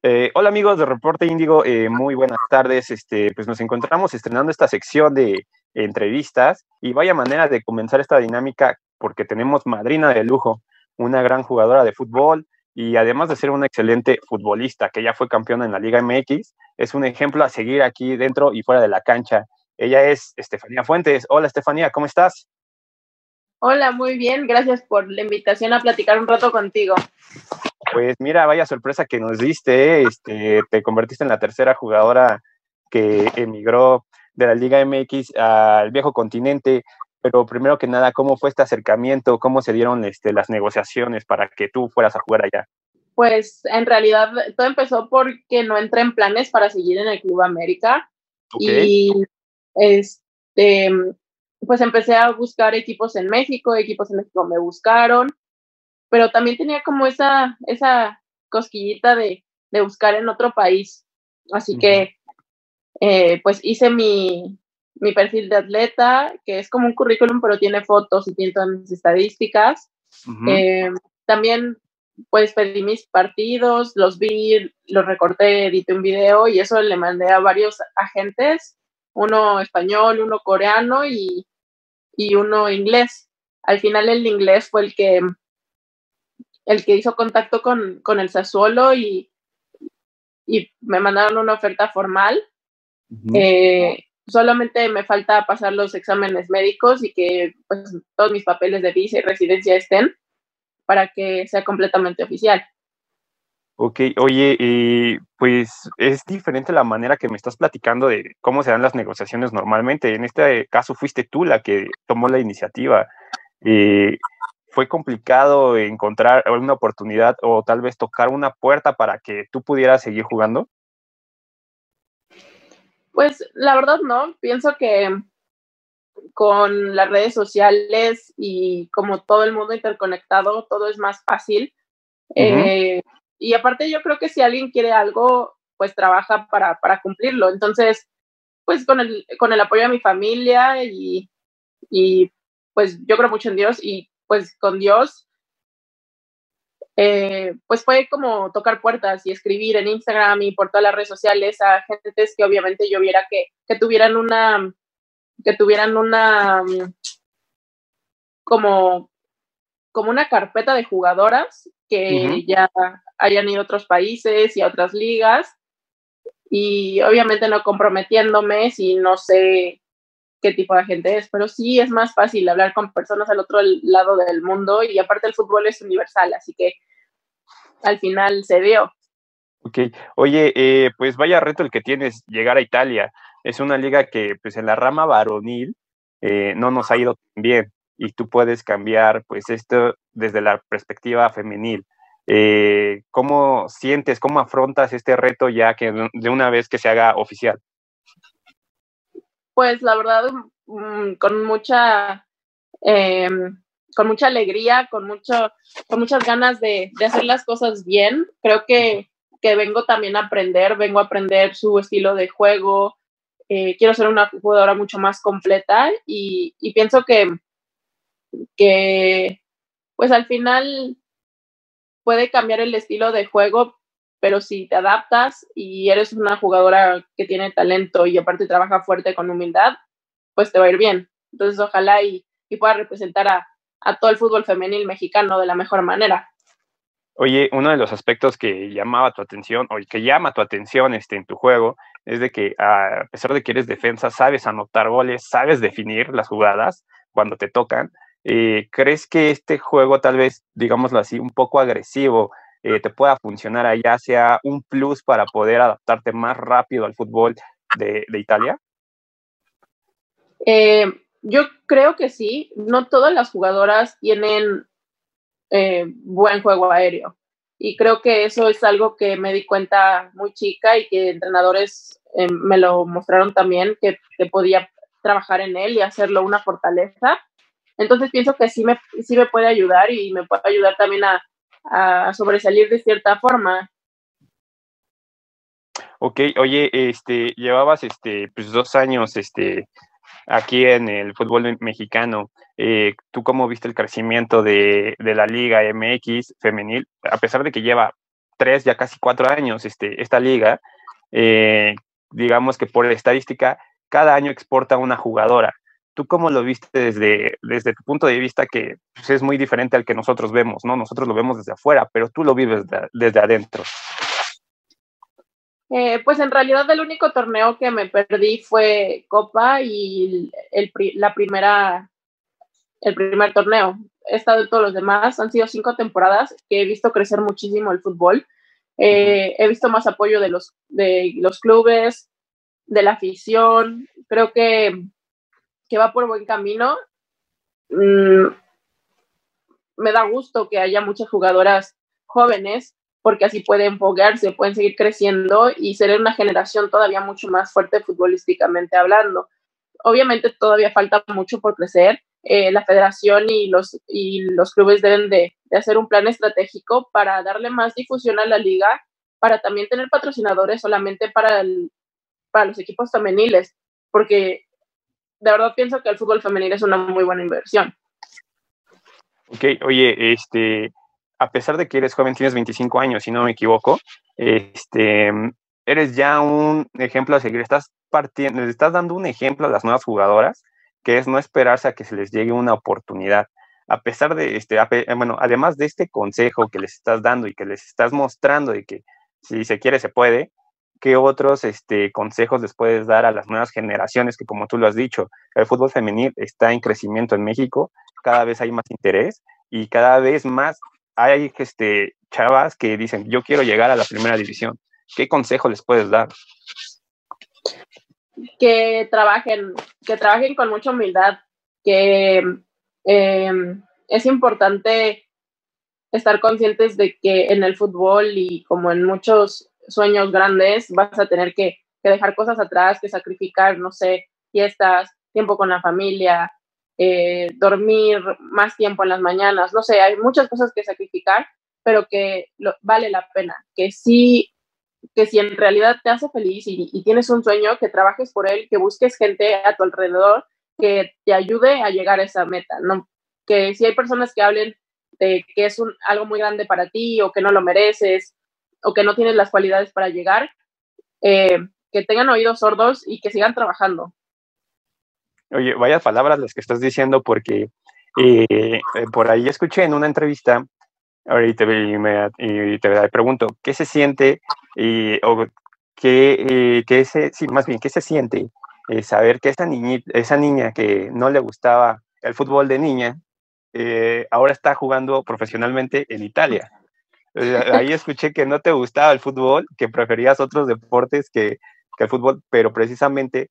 Hola amigos de Reporte Índigo, muy buenas tardes. Pues nos encontramos estrenando esta sección de entrevistas y vaya manera de comenzar esta dinámica porque tenemos madrina de lujo, una gran jugadora de fútbol y además de ser una excelente futbolista que ya fue campeona en la Liga MX, es un ejemplo a seguir aquí dentro y fuera de la cancha. Ella es Estefanía Fuentes. Hola Estefanía, ¿cómo estás? Hola, muy bien. Gracias por la invitación a platicar un rato contigo. Pues mira, vaya sorpresa que nos diste, te convertiste en la tercera jugadora que emigró de la Liga MX al viejo continente, pero primero que nada, ¿cómo fue este acercamiento? ¿Cómo se dieron las negociaciones para que tú fueras a jugar allá? Pues en realidad todo empezó porque no entré en planes para seguir en el Club América Ok. y este, pues empecé a buscar equipos en México me buscaron, pero también tenía como esa cosquillita de buscar en otro país. Así que pues hice mi perfil de atleta, que es como un currículum, pero tiene fotos y tiene todas mis estadísticas. También pues pedí mis partidos, los vi, los recorté, edité un video y eso le mandé a varios agentes, uno español, uno coreano y uno inglés. Al final el inglés fue el que hizo contacto con el Sassuolo y me mandaron una oferta formal. Solamente me falta pasar los exámenes médicos y que pues, todos mis papeles de visa y residencia estén para que sea completamente oficial. Ok, oye, pues es diferente la manera que me estás platicando de cómo se dan las negociaciones normalmente. En este caso fuiste tú la que tomó la iniciativa. ¿Fue complicado encontrar una oportunidad o tal vez tocar una puerta para que tú pudieras seguir jugando? Pues la verdad no, pienso que con las redes sociales y como todo el mundo interconectado, todo es más fácil. Y aparte yo creo que si alguien quiere algo, pues trabaja para cumplirlo. Entonces, pues con el apoyo de mi familia y pues yo creo mucho en Dios y pues con Dios, pues fue como tocar puertas y escribir en Instagram y por todas las redes sociales a gentes que obviamente yo viera que tuvieran una como, como una carpeta de jugadoras que ya hayan ido a otros países y a otras ligas y obviamente no comprometiéndome si no sé qué tipo de gente es, pero sí es más fácil hablar con personas al otro lado del mundo y aparte el fútbol es universal, así que al final se dio. Ok, oye, pues vaya reto el que tienes llegar a Italia. Es una liga que pues en la rama varonil no nos ha ido tan bien y tú puedes cambiar pues esto desde la perspectiva femenil. ¿Cómo sientes, cómo afrontas este reto ya que de una vez que se haga oficial? Pues la verdad, con mucha eh, con mucha alegría, con muchas ganas de hacer las cosas bien. Creo que vengo también vengo a aprender su estilo de juego. Quiero ser una jugadora mucho más completa y pienso que pues al final puede cambiar el estilo de juego, pero si te adaptas y eres una jugadora que tiene talento y aparte trabaja fuerte con humildad, pues te va a ir bien. Entonces ojalá y pueda representar a todo el fútbol femenil mexicano de la mejor manera. Oye, uno de los aspectos que llamaba tu atención o que llama tu atención en tu juego es de que a pesar de que eres defensa, sabes anotar goles, sabes definir las jugadas cuando te tocan. ¿Crees que este juego tal vez, digámoslo así, un poco agresivo, te pueda funcionar allá, sea un plus para poder adaptarte más rápido al fútbol de Italia? Yo creo que sí, no todas las jugadoras tienen buen juego aéreo. Y creo que eso es algo que me di cuenta muy chica y que entrenadores me lo mostraron también, que podía trabajar en él y hacerlo una fortaleza. Entonces pienso que sí me puede ayudar y me puede ayudar también a sobresalir de cierta forma. Ok, oye, llevabas pues 2 años aquí en el fútbol mexicano. ¿Tú cómo viste el crecimiento de la Liga MX femenil? A pesar de que lleva 3, ya casi 4 años, esta liga, digamos que por estadística, cada año exporta una jugadora. ¿Tú cómo lo viste desde tu punto de vista, que pues, es muy diferente al que nosotros vemos, ¿no? Nosotros lo vemos desde afuera, pero tú lo vives desde adentro. Pues en realidad el único torneo que me perdí fue Copa y el primer torneo. He estado en todos los demás, han sido 5 temporadas que he visto crecer muchísimo el fútbol. He visto más apoyo de los clubes, de la afición. Creo que va por buen camino. Me da gusto que haya muchas jugadoras jóvenes, porque así pueden foguearse, pueden seguir creciendo y ser una generación todavía mucho más fuerte futbolísticamente hablando. Obviamente todavía falta mucho por crecer. La federación y los clubes deben de hacer un plan estratégico para darle más difusión a la liga, para también tener patrocinadores solamente para los equipos femeniles, porque de verdad pienso que el fútbol femenil es una muy buena inversión. Ok, oye, a pesar de que eres joven, tienes 25 años, si no me equivoco, eres ya un ejemplo a seguir. Les estás dando un ejemplo a las nuevas jugadoras, que es no esperarse a que se les llegue una oportunidad. A pesar de, bueno, además de este consejo que les estás dando y que les estás mostrando de que si se quiere, se puede, ¿qué otros consejos les puedes dar a las nuevas generaciones que, como tú lo has dicho, el fútbol femenil está en crecimiento en México? Cada vez hay más interés y cada vez más hay chavas que dicen, yo quiero llegar a la primera división. ¿Qué consejo les puedes dar? Que trabajen con mucha humildad, que es importante estar conscientes de que en el fútbol y como en muchos sueños grandes vas a tener que dejar cosas atrás, que sacrificar, no sé, fiestas, tiempo con la familia, dormir más tiempo en las mañanas, no sé, hay muchas cosas que sacrificar, pero que vale la pena, que si en realidad te hace feliz y tienes un sueño, que trabajes por él, que busques gente a tu alrededor que te ayude a llegar a esa meta, ¿no? Que si hay personas que hablen de que es algo muy grande para ti o que no lo mereces o que no tienes las cualidades para llegar, que tengan oídos sordos y que sigan trabajando. Oye, vaya palabras las que estás diciendo, porque por ahí escuché en una entrevista, ahorita te pregunto, ¿qué se siente o más bien, qué se siente saber que esa niña que no le gustaba el fútbol de niña, ahora está jugando profesionalmente en Italia? Ahí escuché que no te gustaba el fútbol, que preferías otros deportes que el fútbol, pero precisamente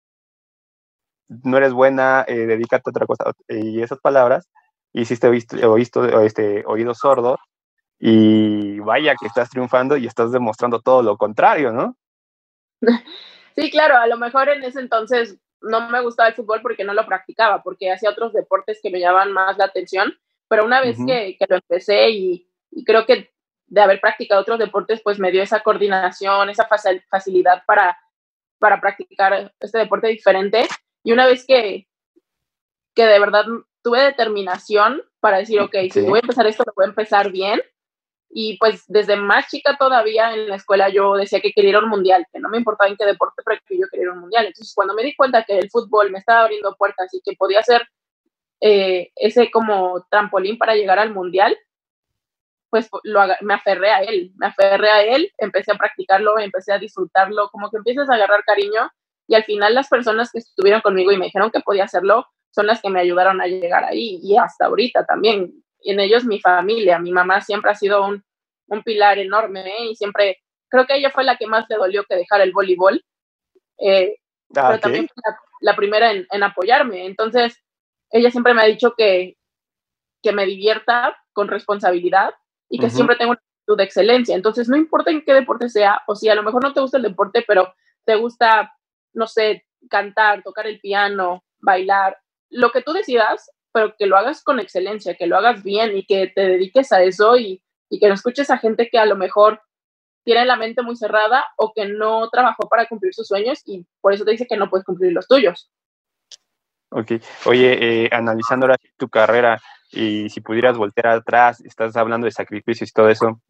no eres buena, dedícate a otra cosa. Y esas palabras hiciste oídos sordos, y vaya que estás triunfando y estás demostrando todo lo contrario, ¿no? Sí, claro, a lo mejor en ese entonces no me gustaba el fútbol porque no lo practicaba, porque hacía otros deportes que me llamaban más la atención, pero una vez que lo empecé y creo que de haber practicado otros deportes, pues me dio esa coordinación, esa facilidad para practicar este deporte diferente. Y una vez que de verdad tuve determinación para decir, ok, si voy a empezar esto, lo voy a empezar bien. Y pues desde más chica todavía en la escuela yo decía que quería ir a un mundial, que no me importaba en qué deporte, pero que yo quería ir a un mundial. Entonces cuando me di cuenta que el fútbol me estaba abriendo puertas y que podía ser ese como trampolín para llegar al mundial, pues me aferré a él, empecé a practicarlo, empecé a disfrutarlo, como que empiezas a agarrar cariño y al final las personas que estuvieron conmigo y me dijeron que podía hacerlo son las que me ayudaron a llegar ahí y hasta ahorita también. Y en ellos mi familia, mi mamá siempre ha sido un pilar enorme y siempre, creo que ella fue la que más le dolió que dejar el voleibol, pero también fue la primera en apoyarme. Entonces, ella siempre me ha dicho que me divierta con responsabilidad y que siempre tengo una actitud de excelencia. Entonces, no importa en qué deporte sea, o si a lo mejor no te gusta el deporte, pero te gusta, no sé, cantar, tocar el piano, bailar, lo que tú decidas, pero que lo hagas con excelencia, que lo hagas bien y que te dediques a eso y que no escuches a gente que a lo mejor tiene la mente muy cerrada o que no trabajó para cumplir sus sueños y por eso te dice que no puedes cumplir los tuyos. Ok. Oye, analizando ahora tu carrera, y si pudieras voltear atrás, estás hablando de sacrificios y todo eso,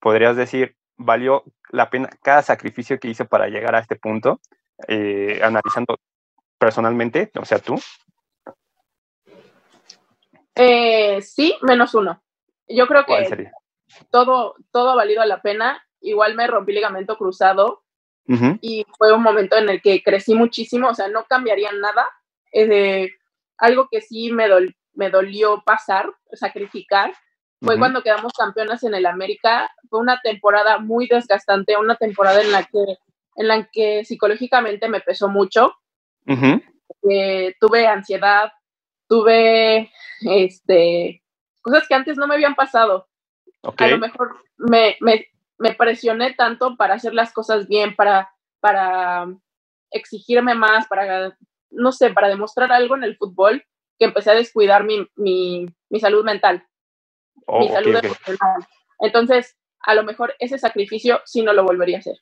podrías decir, valió la pena cada sacrificio que hice para llegar a este punto, analizando personalmente, o sea, tú. Sí, menos uno. Yo creo ¿Cuál que sería? todo ha valido la pena. Igual me rompí ligamento cruzado Uh-huh. y fue un momento en el que crecí muchísimo, o sea, no cambiaría nada. Algo que sí me dolió pasar, sacrificar, fue cuando quedamos campeonas en el América. Fue una temporada muy desgastante, una temporada en la que psicológicamente me pesó mucho. Uh-huh. Tuve ansiedad, tuve cosas que antes no me habían pasado. Okay. A lo mejor me presioné tanto para hacer las cosas bien, para exigirme más, no sé, para demostrar algo en el fútbol, que empecé a descuidar mi salud mental, mi salud emocional. Entonces, a lo mejor ese sacrificio sí no lo volvería a hacer.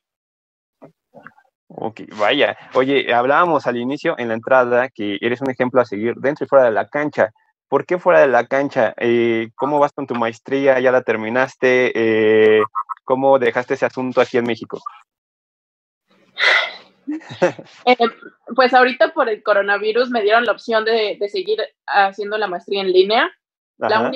Ok, vaya. Oye, hablábamos al inicio, en la entrada, que eres un ejemplo a seguir dentro y fuera de la cancha. ¿Por qué fuera de la cancha? ¿Cómo vas con tu maestría? ¿Ya la terminaste? ¿Cómo dejaste ese asunto aquí en México? Pues ahorita por el coronavirus me dieron la opción de seguir haciendo la maestría en línea. Ajá.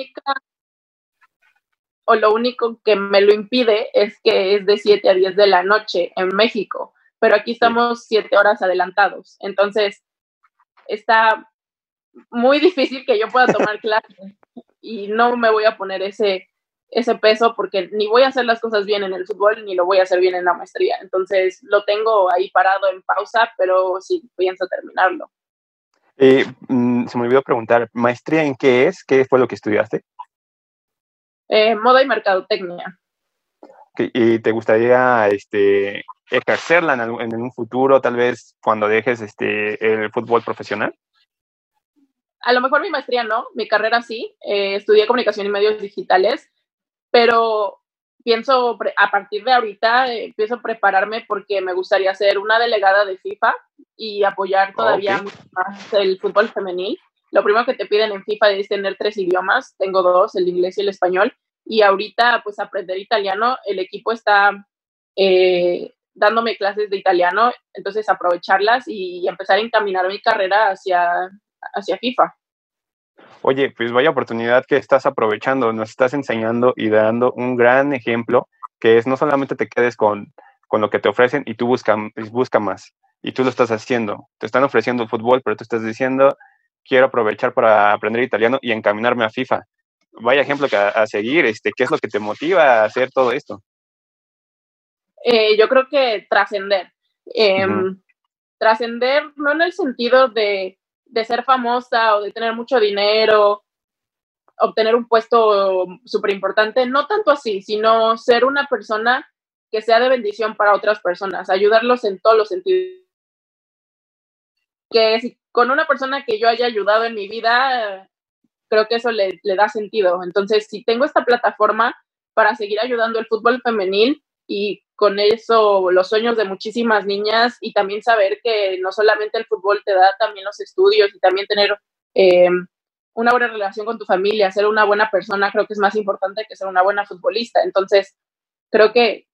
Lo único que me lo impide es que es de 7 a 10 de la noche en México, pero aquí estamos 7 horas adelantados. Entonces, está muy difícil que yo pueda tomar clases y no me voy a poner ese peso porque ni voy a hacer las cosas bien en el fútbol ni lo voy a hacer bien en la maestría. Entonces, lo tengo ahí parado en pausa, pero sí pienso terminarlo. Se me olvidó preguntar, ¿maestría en qué es? ¿Qué fue lo que estudiaste? Moda y mercadotecnia. ¿Y te gustaría ejercerla en un futuro, tal vez cuando dejes el fútbol profesional? A lo mejor mi maestría no, mi carrera sí. Estudié comunicación y medios digitales, pero pienso, a partir de ahorita, empiezo a prepararme porque me gustaría ser una delegada de FIFA y apoyar todavía mucho más el fútbol femenil. Lo primero que te piden en FIFA es tener 3 idiomas, tengo 2, el inglés y el español, y ahorita pues aprender italiano, el equipo está dándome clases de italiano, entonces aprovecharlas y empezar a encaminar mi carrera hacia FIFA. Oye, pues vaya oportunidad que estás aprovechando, nos estás enseñando y dando un gran ejemplo, que es no solamente te quedes con lo que te ofrecen y tú busca más, y tú lo estás haciendo. Te están ofreciendo fútbol, pero tú estás diciendo, quiero aprovechar para aprender italiano y encaminarme a FIFA. Vaya ejemplo a seguir, ¿qué es lo que te motiva a hacer todo esto? Yo creo que trascender. Trascender no en el sentido de ser famosa o de tener mucho dinero, obtener un puesto súper importante, no tanto así, sino ser una persona que sea de bendición para otras personas, ayudarlos en todos los sentidos. Que si con una persona que yo haya ayudado en mi vida, creo que eso le da sentido. Entonces, si tengo esta plataforma para seguir ayudando el fútbol femenil y con eso los sueños de muchísimas niñas y también saber que no solamente el fútbol te da también los estudios y también tener una buena relación con tu familia, ser una buena persona, creo que es más importante que ser una buena futbolista. Entonces, creo que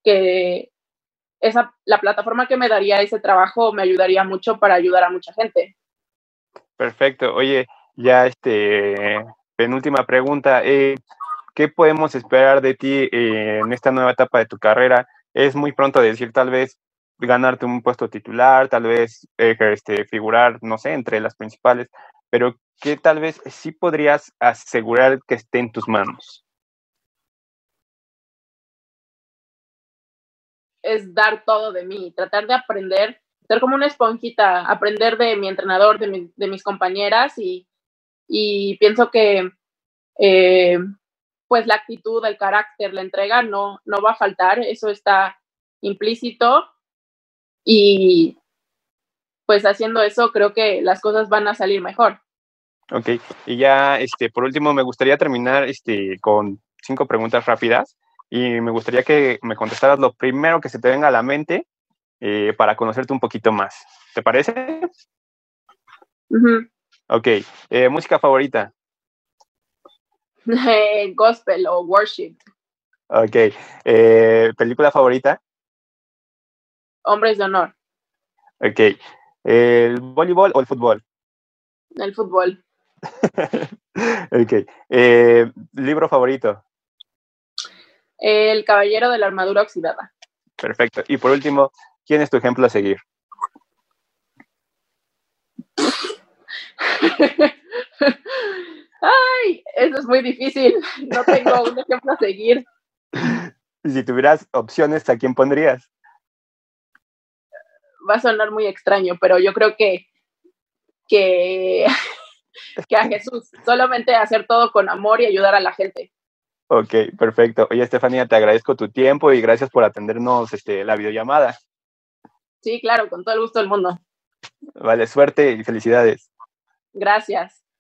la plataforma que me daría ese trabajo me ayudaría mucho para ayudar a mucha gente. Perfecto. Oye, ya penúltima pregunta. ¿Qué podemos esperar de ti en esta nueva etapa de tu carrera? Es muy pronto decir, tal vez ganarte un puesto titular, tal vez figurar, no sé, entre las principales, pero ¿qué tal vez sí podrías asegurar que esté en tus manos? Es dar todo de mí, tratar de aprender, ser como una esponjita, aprender de mi entrenador, de mis compañeras y pienso que pues la actitud, el carácter, la entrega no va a faltar, eso está implícito y pues haciendo eso creo que las cosas van a salir mejor. Ok, y ya por último me gustaría terminar con 5 preguntas rápidas y me gustaría que me contestaras lo primero que se te venga a la mente para conocerte un poquito más. ¿Te parece? Uh-huh. Ok, ¿música favorita? Gospel o worship. Ok. ¿Película favorita? Hombres de honor, Ok. ¿El voleibol o el fútbol? el fútbol. Ok. ¿Libro favorito? El caballero de la armadura oxidada. Perfecto. Y por último, ¿quién es tu ejemplo a seguir? Ay, eso es muy difícil. No tengo un ejemplo a seguir. Si tuvieras opciones, ¿a quién pondrías? Va a sonar muy extraño, pero yo creo que, que a Jesús. Solamente hacer todo con amor y ayudar a la gente. Ok, perfecto. Oye, Estefanía, te agradezco tu tiempo y gracias por atendernos la videollamada. Sí, claro, con todo el gusto del mundo. Vale, suerte y felicidades. Gracias.